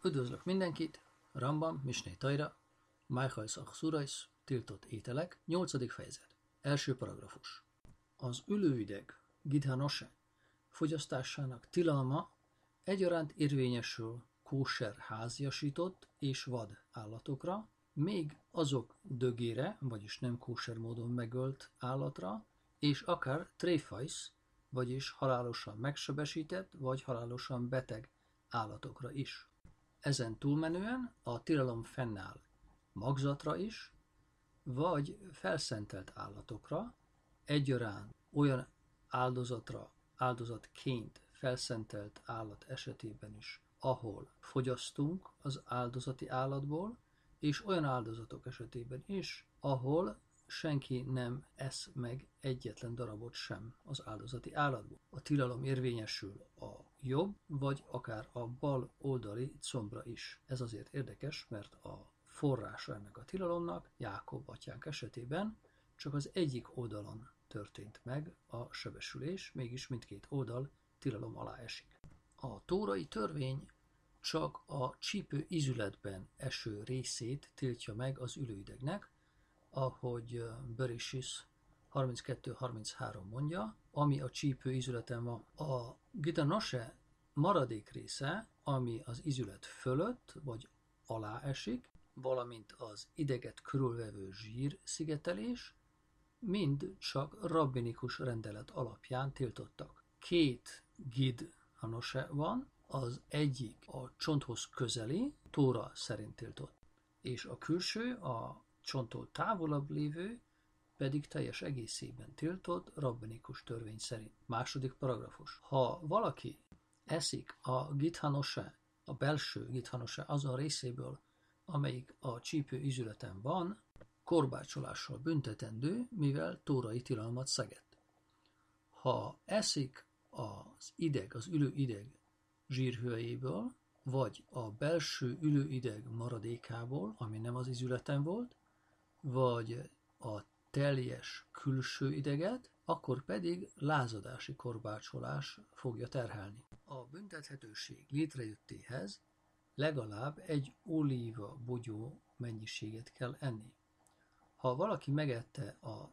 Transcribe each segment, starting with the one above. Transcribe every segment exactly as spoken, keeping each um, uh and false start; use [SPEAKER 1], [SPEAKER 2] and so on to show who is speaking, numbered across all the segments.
[SPEAKER 1] Üdvözlök mindenkit! Rambam, Misné Tajra, Májhajsz Achszurais, tiltott ételek, nyolcadik fejezet. Első paragrafus. Az ülőideg, gidhanose, fogyasztásának tilalma egyaránt érvényesül kóser háziasított és vad állatokra, még azok dögére, vagyis nem kóser módon megölt állatra, és akár tréfajsz, vagyis halálosan megsebesített vagy halálosan beteg állatokra is. Ezen túlmenően a tilalom fennáll magzatra is, vagy felszentelt állatokra, egyaránt olyan áldozatra, áldozatként felszentelt állat esetében is, ahol fogyasztunk az áldozati állatból, és olyan áldozatok esetében is, ahol senki nem esz meg egyetlen darabot sem az áldozati állatból. A tilalom érvényesül a jobb, vagy akár a bal oldali combra is. Ez azért érdekes, mert a forrása ennek a tilalomnak, Jákob atyánk esetében csak az egyik oldalon történt meg a sebesülés, mégis mindkét oldal tilalom alá esik. A tórai törvény csak a csípő ízületben eső részét tiltja meg az ülőidegnek, ahogy Berésis harminckettő harminchárom mondja, ami a csípő ízületen van. A gidhanose maradék része, ami az ízület fölött vagy alá esik, valamint az ideget körülvevő zsír szigetelés, mind csak rabbinikus rendelet alapján tiltottak. Két gidhanose van, az egyik a csonthoz közeli, Tóra szerint tiltott, és a külső, a csonttól távolabb lévő pedig teljes egészében tiltott rabbinikus törvény szerint. Második paragrafus. Ha valaki eszik a gidhanose, a belső gidhanose azon részéből, amelyik a csípő ízületen van, korbácsolással büntetendő, mivel tórai tilalmat szegett. Ha eszik az ideg, az ülőideg zsírhőjéből, vagy a belső ülőideg maradékából, ami nem az ízületen volt, vagy a teljes külső ideget, akkor pedig lázadási korbácsolás fogja terhelni. A büntethetőség létrejöttéhez legalább egy olíva bogyó mennyiséget kell enni. Ha valaki megette a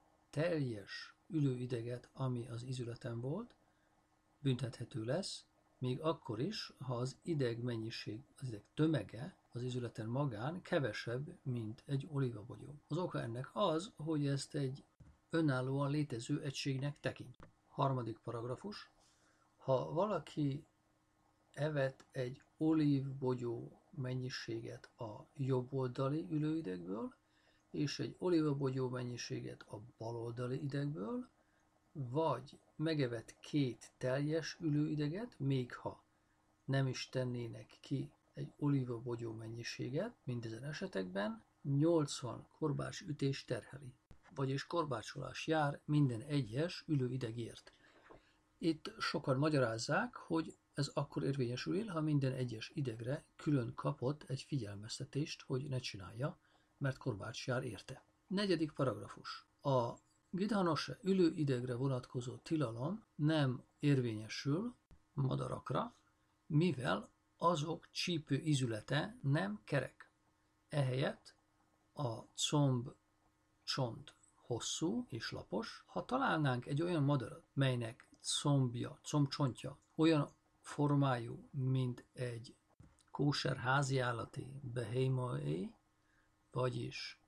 [SPEAKER 1] teljes ülőideget, ami az ízületen volt, büntethető lesz, még akkor is, ha az ideg mennyiség, az ideg tömege az ízületen magán kevesebb, mint egy olívabogyó. Az oka ennek az, hogy ezt egy önállóan létező egységnek tekint. Harmadik paragrafus. Ha valaki evett egy olívbogyó mennyiséget a jobb oldali ülőidegből, és egy olívabogyó mennyiséget a bal oldali idegből, vagy megevett két teljes ülőideget, még ha nem is tennének ki egy olívabogyó mennyiséget, mindezen esetekben nyolcvan korbács ütés terheli, vagyis korbácsolás jár minden egyes ülőidegért. Itt sokan magyarázzák, hogy ez akkor érvényesül, ha minden egyes idegre külön kapott egy figyelmeztetést, hogy ne csinálja, mert korbács jár érte. Negyedik paragrafus. A gidhanose ülőidegre vonatkozó tilalom nem érvényesül madarakra, mivel azok csípő ízülete nem kerek. Ehelyett a comb csont hosszú és lapos. Ha találnánk egy olyan madarat, melynek combja, combcsontja olyan formájú, mint egy kóser háziállati behémaé, vagyis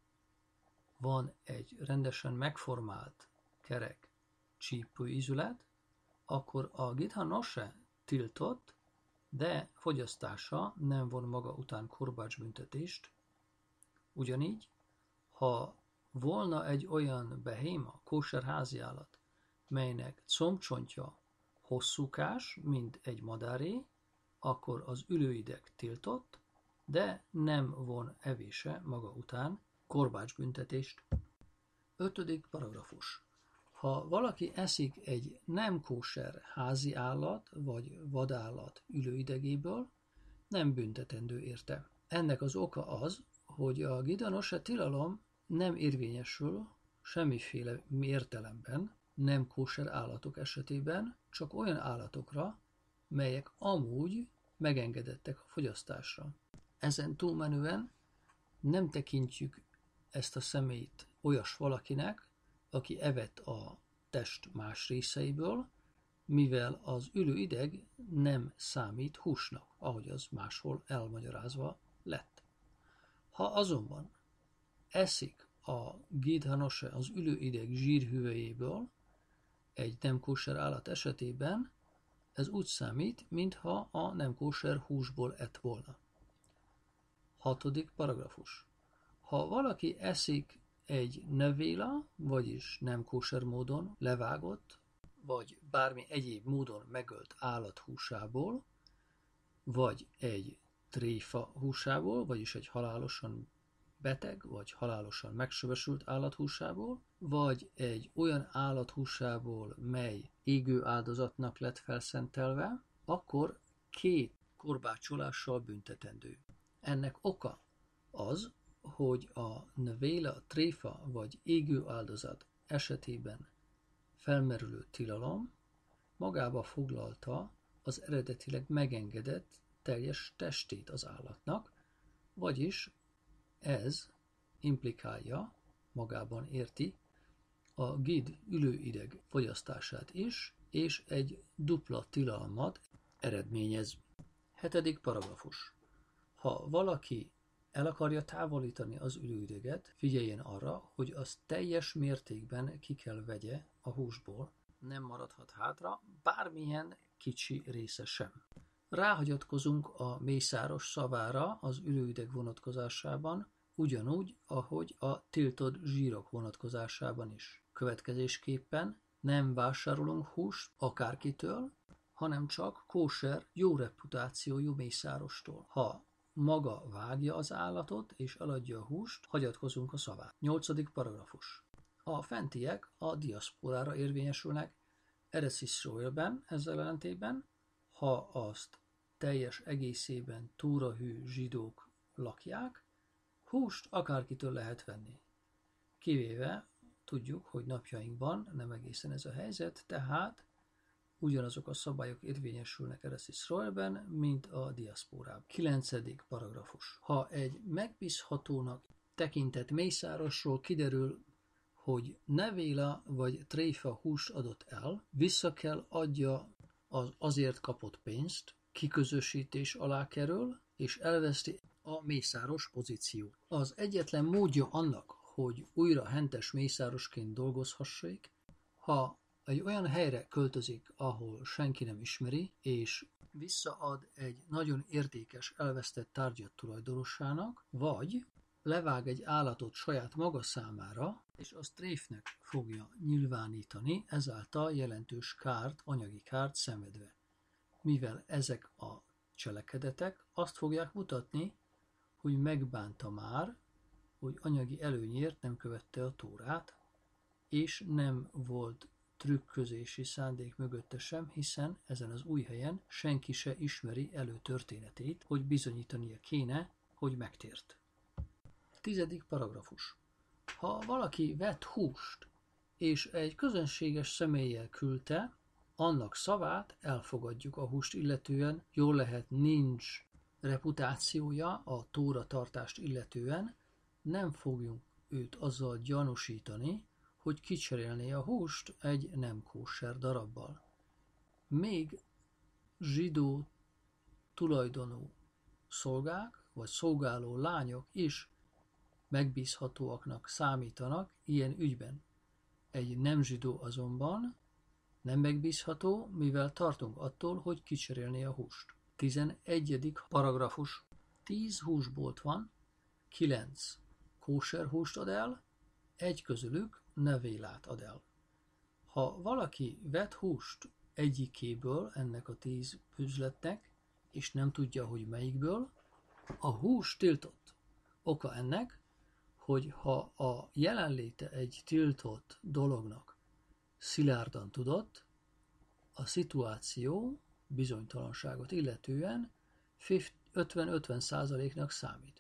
[SPEAKER 1] van egy rendesen megformált kerek csípő ízület, akkor a gidhanose tiltott, de fogyasztása nem von maga után korbácsbüntetést. Ugyanígy, ha volna egy olyan behéma, kóser háziállat, melynek combcsontja hosszúkás, mint egy madáré, akkor az ülőideg tiltott, de nem von evése maga után korbácsbüntetést. Ötödik paragrafus. Ha valaki eszik egy nem kóser házi állat vagy vadállat ülőidegéből, nem büntetendő érte. Ennek az oka az, hogy a gidhanose tilalom nem érvényesül semmiféle értelemben nem kóser állatok esetében, csak olyan állatokra, melyek amúgy megengedettek a fogyasztásra. Ezen túlmenően nem tekintjük ezt a személyt olyas valakinek, aki evett a test más részeiből, mivel az ülőideg nem számít húsnak, ahogy az máshol elmagyarázva lett. Ha azonban eszik a gidha noshe az ülőideg zsírhüvelyéből egy nem kóser állat esetében, ez úgy számít, mintha a nem kóser húsból ett volna. Hatodik paragrafus. Ha valaki eszik egy nevéla, vagyis nem kóser módon levágott, vagy bármi egyéb módon megölt állat húsából, vagy egy tréfa húsából, vagyis egy halálosan beteg, vagy halálosan megsebesült állat húsából, vagy egy olyan állat húsából, mely égő áldozatnak lett felszentelve, akkor két korbácsolással büntetendő. Ennek oka az, hogy a nevéla, tréfa vagy égő áldozat esetében felmerülő tilalom magába foglalta az eredetileg megengedett teljes testét az állatnak, vagyis ez implikálja, magában érti, a gid ülőideg fogyasztását is, és egy dupla tilalmat eredményez. Hetedik paragrafus. Ha valaki el akarja távolítani az ülőideget, figyeljen arra, hogy az teljes mértékben ki kell vegye a húsból, nem maradhat hátra bármilyen kicsi része sem. Ráhagyatkozunk a mészáros szavára az ülőideg vonatkozásában, ugyanúgy, ahogy a tiltott zsírok vonatkozásában is. Következésképpen nem vásárolunk húst akárkitől, hanem csak kóser, jó reputációjú mészárostól. Ha maga vágja az állatot és eladja a húst, hagyatkozunk a szavára. Nyolcadik paragrafus. A fentiek a diaszpórára érvényesülnek Eretz Iszraelben, ezzel ellentétben, ha azt teljes egészében tórahű zsidók lakják, húst akárkitől lehet venni. Kivéve tudjuk, hogy napjainkban nem egészen ez a helyzet, tehát ugyanazok a szabályok érvényesülnek Eretz Iszraelben, mint a diaszpórában. Kilencedik paragrafus. Ha egy megbízhatónak tekintett mészárosról kiderül, hogy nevéla vagy tréfa húst adott el, vissza kell adja az azért kapott pénzt, kiközösítés alá kerül, és elveszti a mészáros pozíciót. Az egyetlen módja annak, hogy újra hentes mészárosként dolgozhassék, ha egy olyan helyre költözik, ahol senki nem ismeri, és visszaad egy nagyon értékes elvesztett tárgyat tulajdonosának, vagy levág egy állatot saját maga számára, és azt tréfnek fogja nyilvánítani, ezáltal jelentős kárt, anyagi kárt szenvedve. Mivel ezek a cselekedetek azt fogják mutatni, hogy megbánta már, hogy anyagi előnyért nem követte a tórát, és nem volt trükközési szándék mögötte sem, hiszen ezen az új helyen senki se ismeri előtörténetét, hogy bizonyítania kéne, hogy megtért. Tizedik paragrafus. Ha valaki vett húst, és egy közönséges személlyel küldte, annak szavát elfogadjuk a húst illetően, jól lehet nincs reputációja a tóra tartást illetően, nem fogjunk őt azzal gyanúsítani, hogy kicserélné a húst egy nem kóser darabbal. Még zsidó tulajdonú szolgák vagy szolgáló lányok is megbízhatóaknak számítanak ilyen ügyben. Egy nem zsidó azonban nem megbízható, mivel tartunk attól, hogy kicserélné a húst. Tizenegyedik paragrafus. Tíz húsbolt van, kilenc kóser húst ad el, egy közülük nevélát ad el. Ha valaki vett húst egyikéből ennek a tíz üzletnek, és nem tudja, hogy melyikből, a hús tiltott. Oka ennek, hogy ha a jelenléte egy tiltott dolognak szilárdan tudott, a szituáció bizonytalanságot illetően ötven-ötven százaléknak számít.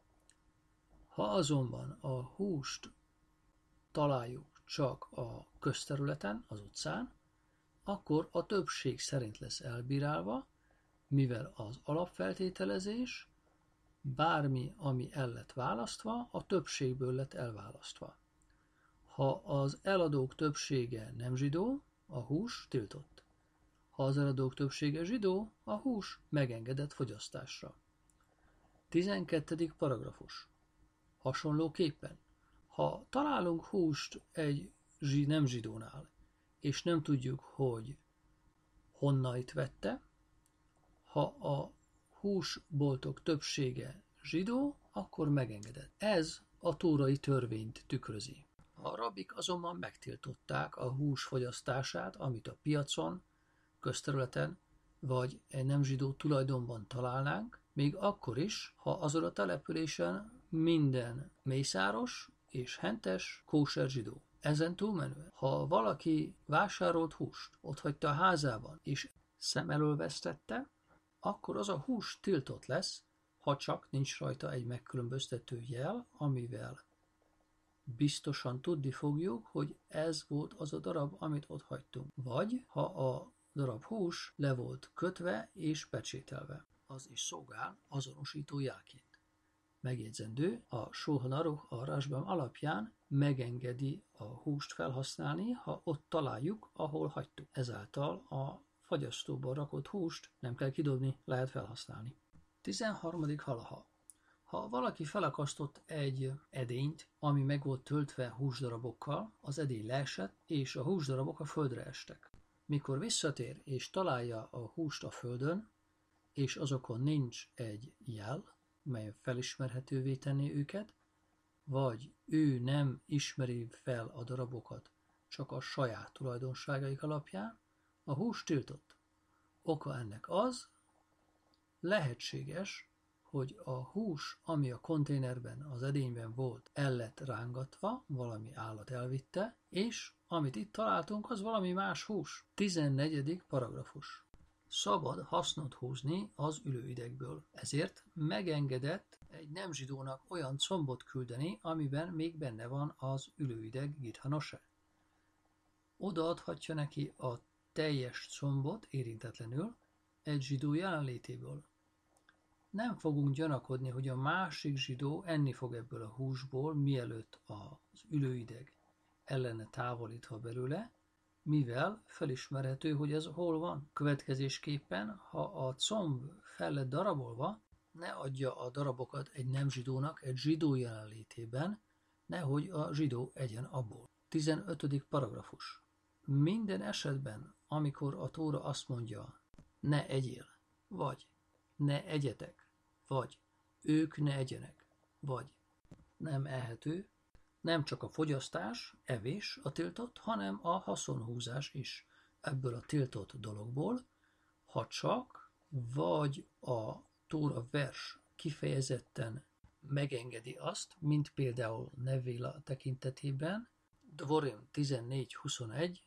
[SPEAKER 1] Ha azonban a húst találjuk csak a közterületen, az utcán, akkor a többség szerint lesz elbírálva, mivel az alapfeltételezés bármi, ami el lett választva, a többségből lett elválasztva. Ha az eladók többsége nem zsidó, a hús tiltott. Ha az eladók többsége zsidó, a hús megengedett fogyasztásra. tizenkettedik paragrafus. Hasonlóképpen, ha találunk húst egy nem zsidónál, és nem tudjuk, hogy honnait vette, ha a húsboltok többsége zsidó, akkor megengedett. Ez a tórai törvényt tükrözi. A rabbik azonban megtiltották a hús fogyasztását, amit a piacon, közterületen vagy egy nem zsidó tulajdonban találnánk, még akkor is, ha azon a településen minden mészáros és hentes kóser zsidó. Ezen túlmenően, ha valaki vásárolt húst otthagyta a házában és szem elől vesztette, akkor az a hús tiltott lesz, ha csak nincs rajta egy megkülönböztető jel, amivel biztosan tudni fogjuk, hogy ez volt az a darab, amit ott hagytunk. Vagy ha a darab hús le volt kötve és pecsételve. Az is szolgál azonosító jelként. Megjegyzendő, a Sulhan Aruch a Rashbam alapján megengedi a húst felhasználni, ha ott találjuk, ahol hagytuk. Ezáltal a fagyasztóban rakott húst nem kell kidobni, lehet felhasználni. tizenharmadik halaha. Ha valaki felakasztott egy edényt, ami meg volt töltve húsdarabokkal, az edény leesett, és a húsdarabok a földre estek. Mikor visszatér és találja a húst a földön, és azokon nincs egy jel, mely felismerhetővé tenné őket, vagy ő nem ismeri fel a darabokat csak a saját tulajdonságaik alapján, a hús tiltott. Oka ennek az, lehetséges, hogy a hús, ami a konténerben, az edényben volt, el lett rángatva, valami állat elvitte, és amit itt találtunk, az valami más hús. tizennegyedik paragrafus. Szabad hasznot húzni az ülőidegből. Ezért megengedett egy nem zsidónak olyan combot küldeni, amiben még benne van az ülőideg githanose. Odaadhatja neki a teljes combot érintetlenül egy zsidó jelenlétéből. Nem fogunk gyanakodni, hogy a másik zsidó enni fog ebből a húsból, mielőtt az ülőideg ellene távolítva belőle, mivel felismerhető, hogy ez hol van. Következésképpen, ha a comb fel lett darabolva, ne adja a darabokat egy nem zsidónak egy zsidó jelenlétében, nehogy a zsidó egyen abból. tizenötödik paragrafus. Minden esetben, amikor a Tóra azt mondja, ne egyél, vagy ne egyetek, vagy ők ne egyenek, vagy nem ehető, nem csak a fogyasztás, evés a tiltott, hanem a haszonhúzás is ebből a tiltott dologból, ha csak vagy a Tóra vers kifejezetten megengedi azt, mint például Nevéla tekintetében, Dvorim tizennégy huszonegy,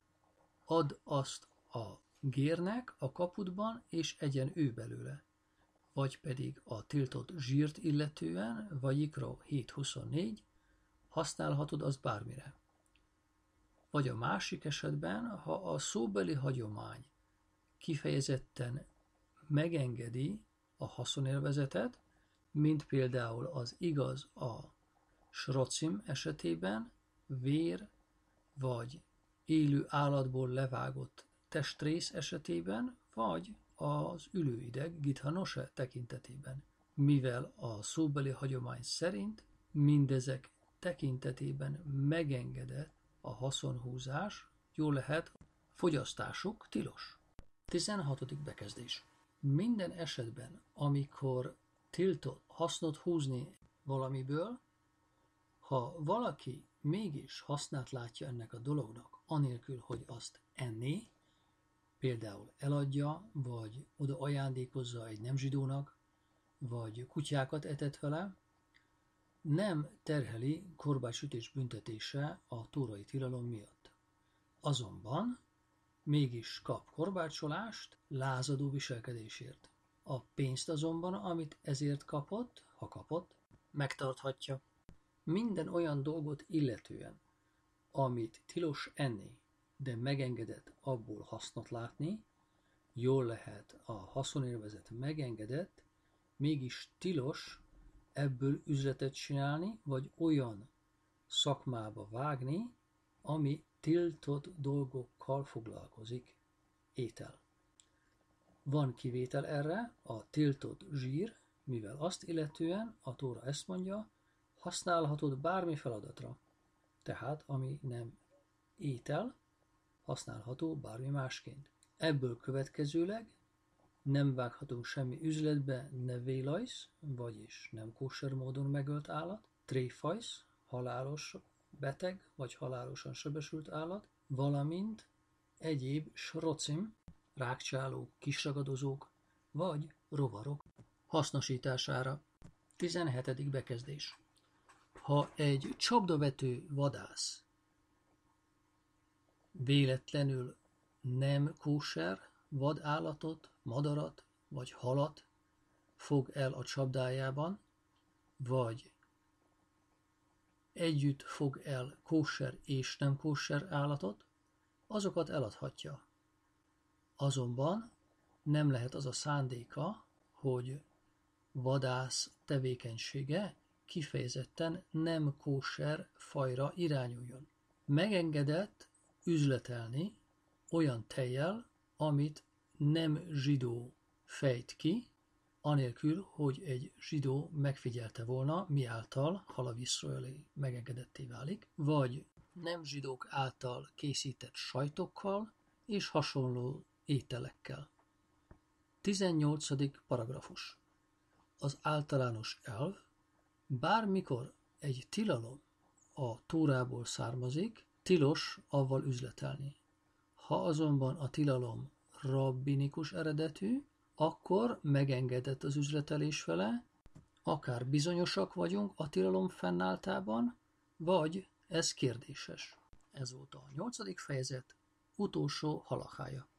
[SPEAKER 1] ad azt a gérnek a kapudban, és egyen ő belőle. Vagy pedig a tiltott zsírt illetően, vagy Jikra hét huszonnégy, használhatod azt bármire. Vagy a másik esetben, ha a szóbeli hagyomány kifejezetten megengedi a haszonélvezetet, mint például az igaz a srocim esetében, vér vagy élő állatból levágott testrész esetében, vagy az ülőideg githanose tekintetében, mivel a szóbeli hagyomány szerint mindezek tekintetében megengedett a haszonhúzás, jól lehet fogyasztásuk tilos. tizenhatodik bekezdés. Minden esetben, amikor tiltott hasznot húzni valamiből, ha valaki mégis hasznát látja ennek a dolognak, anélkül, hogy azt enné, például eladja, vagy oda ajándékozza egy nem zsidónak, vagy kutyákat etett vele, nem terheli korbácsütés büntetése a tórai tilalom miatt. Azonban mégis kap korbácsolást lázadó viselkedésért. A pénzt azonban, amit ezért kapott, ha kapott, megtarthatja. Minden olyan dolgot illetően, amit tilos enni, de megengedett abból hasznot látni, jól lehet a haszonélvezet megengedett, mégis tilos ebből üzletet csinálni, vagy olyan szakmába vágni, ami tiltott dolgokkal foglalkozik. Étel. Van kivétel erre, a tiltott zsír, mivel azt illetően a Tóra ezt mondja, használhatod bármi feladatra. Tehát, ami nem étel, használható bármi másként. Ebből következőleg nem vághatunk semmi üzletbe nevélajsz, vagyis nem kóser módon megölt állat, tréfajsz, halálos beteg vagy halálosan sebesült állat, valamint egyéb srocim, rákcsálók, kisragadozók vagy rovarok hasznosítására. tizenhetedik bekezdés. Ha egy csapdavető vadász véletlenül nem kóser vadállatot, madarat vagy halat fog el a csapdájában, vagy együtt fog el kóser és nem kóser állatot, azokat eladhatja. Azonban nem lehet az a szándéka, hogy vadász tevékenysége kifejezetten nem kóser fajra irányuljon. Megengedett üzletelni olyan tejjel, amit nem zsidó fejt ki, anélkül, hogy egy zsidó megfigyelte volna, miáltal halaviszraeli megengedetté válik, vagy nem zsidók által készített sajtokkal és hasonló ételekkel. tizennyolcadik paragrafus. Az általános elv, bármikor egy tilalom a Tórából származik, tilos avval üzletelni. Ha azonban a tilalom rabbinikus eredetű, akkor megengedett az üzletelés vele, akár bizonyosak vagyunk a tilalom fennálltában, vagy ez kérdéses. Ez volt a nyolcadik fejezet utolsó halakhája.